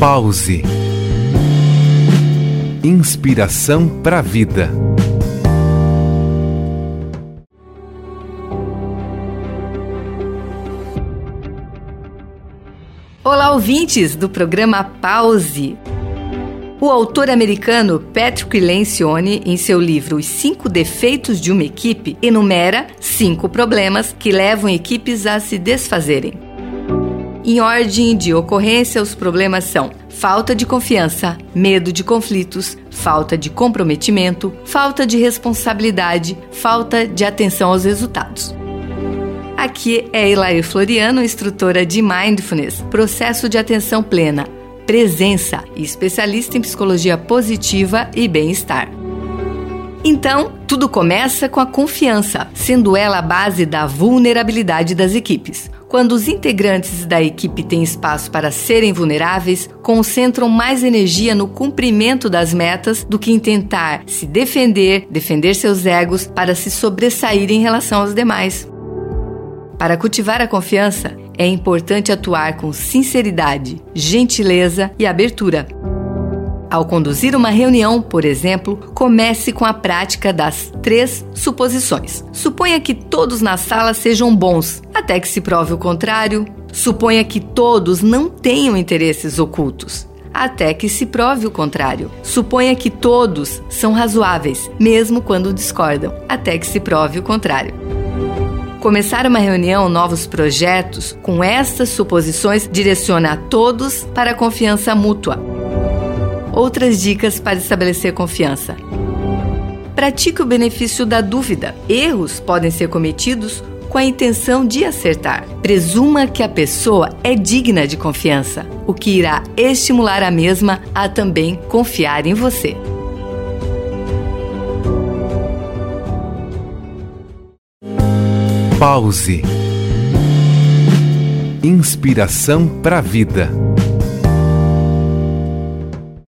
Pause. Inspiração para a vida. Olá, ouvintes do programa Pause. O autor americano Patrick Lencioni, em seu livro Os 5 Defeitos de uma Equipe, enumera 5 problemas que levam equipes a se desfazerem. Em ordem de ocorrência, os problemas são falta de confiança, medo de conflitos, falta de comprometimento, falta de responsabilidade, falta de atenção aos resultados. Aqui é Elair Floriano, instrutora de Mindfulness, processo de atenção plena, presença e especialista em psicologia positiva e bem-estar. Então, tudo começa com a confiança, sendo ela a base da vulnerabilidade das equipes. Quando os integrantes da equipe têm espaço para serem vulneráveis, concentram mais energia no cumprimento das metas do que em tentar se defender seus egos para se sobressair em relação aos demais. Para cultivar a confiança, é importante atuar com sinceridade, gentileza e abertura. Ao conduzir uma reunião, por exemplo, comece com a prática das 3 suposições. Suponha que todos na sala sejam bons, até que se prove o contrário. Suponha que todos não tenham interesses ocultos, até que se prove o contrário. Suponha que todos são razoáveis, mesmo quando discordam, até que se prove o contrário. Começar uma reunião, novos projetos, com estas suposições, direciona a todos para a confiança mútua. Outras dicas para estabelecer confiança. Pratique o benefício da dúvida. Erros podem ser cometidos com a intenção de acertar. Presuma que a pessoa é digna de confiança, o que irá estimular a mesma a também confiar em você. Pause. Inspiração para a vida.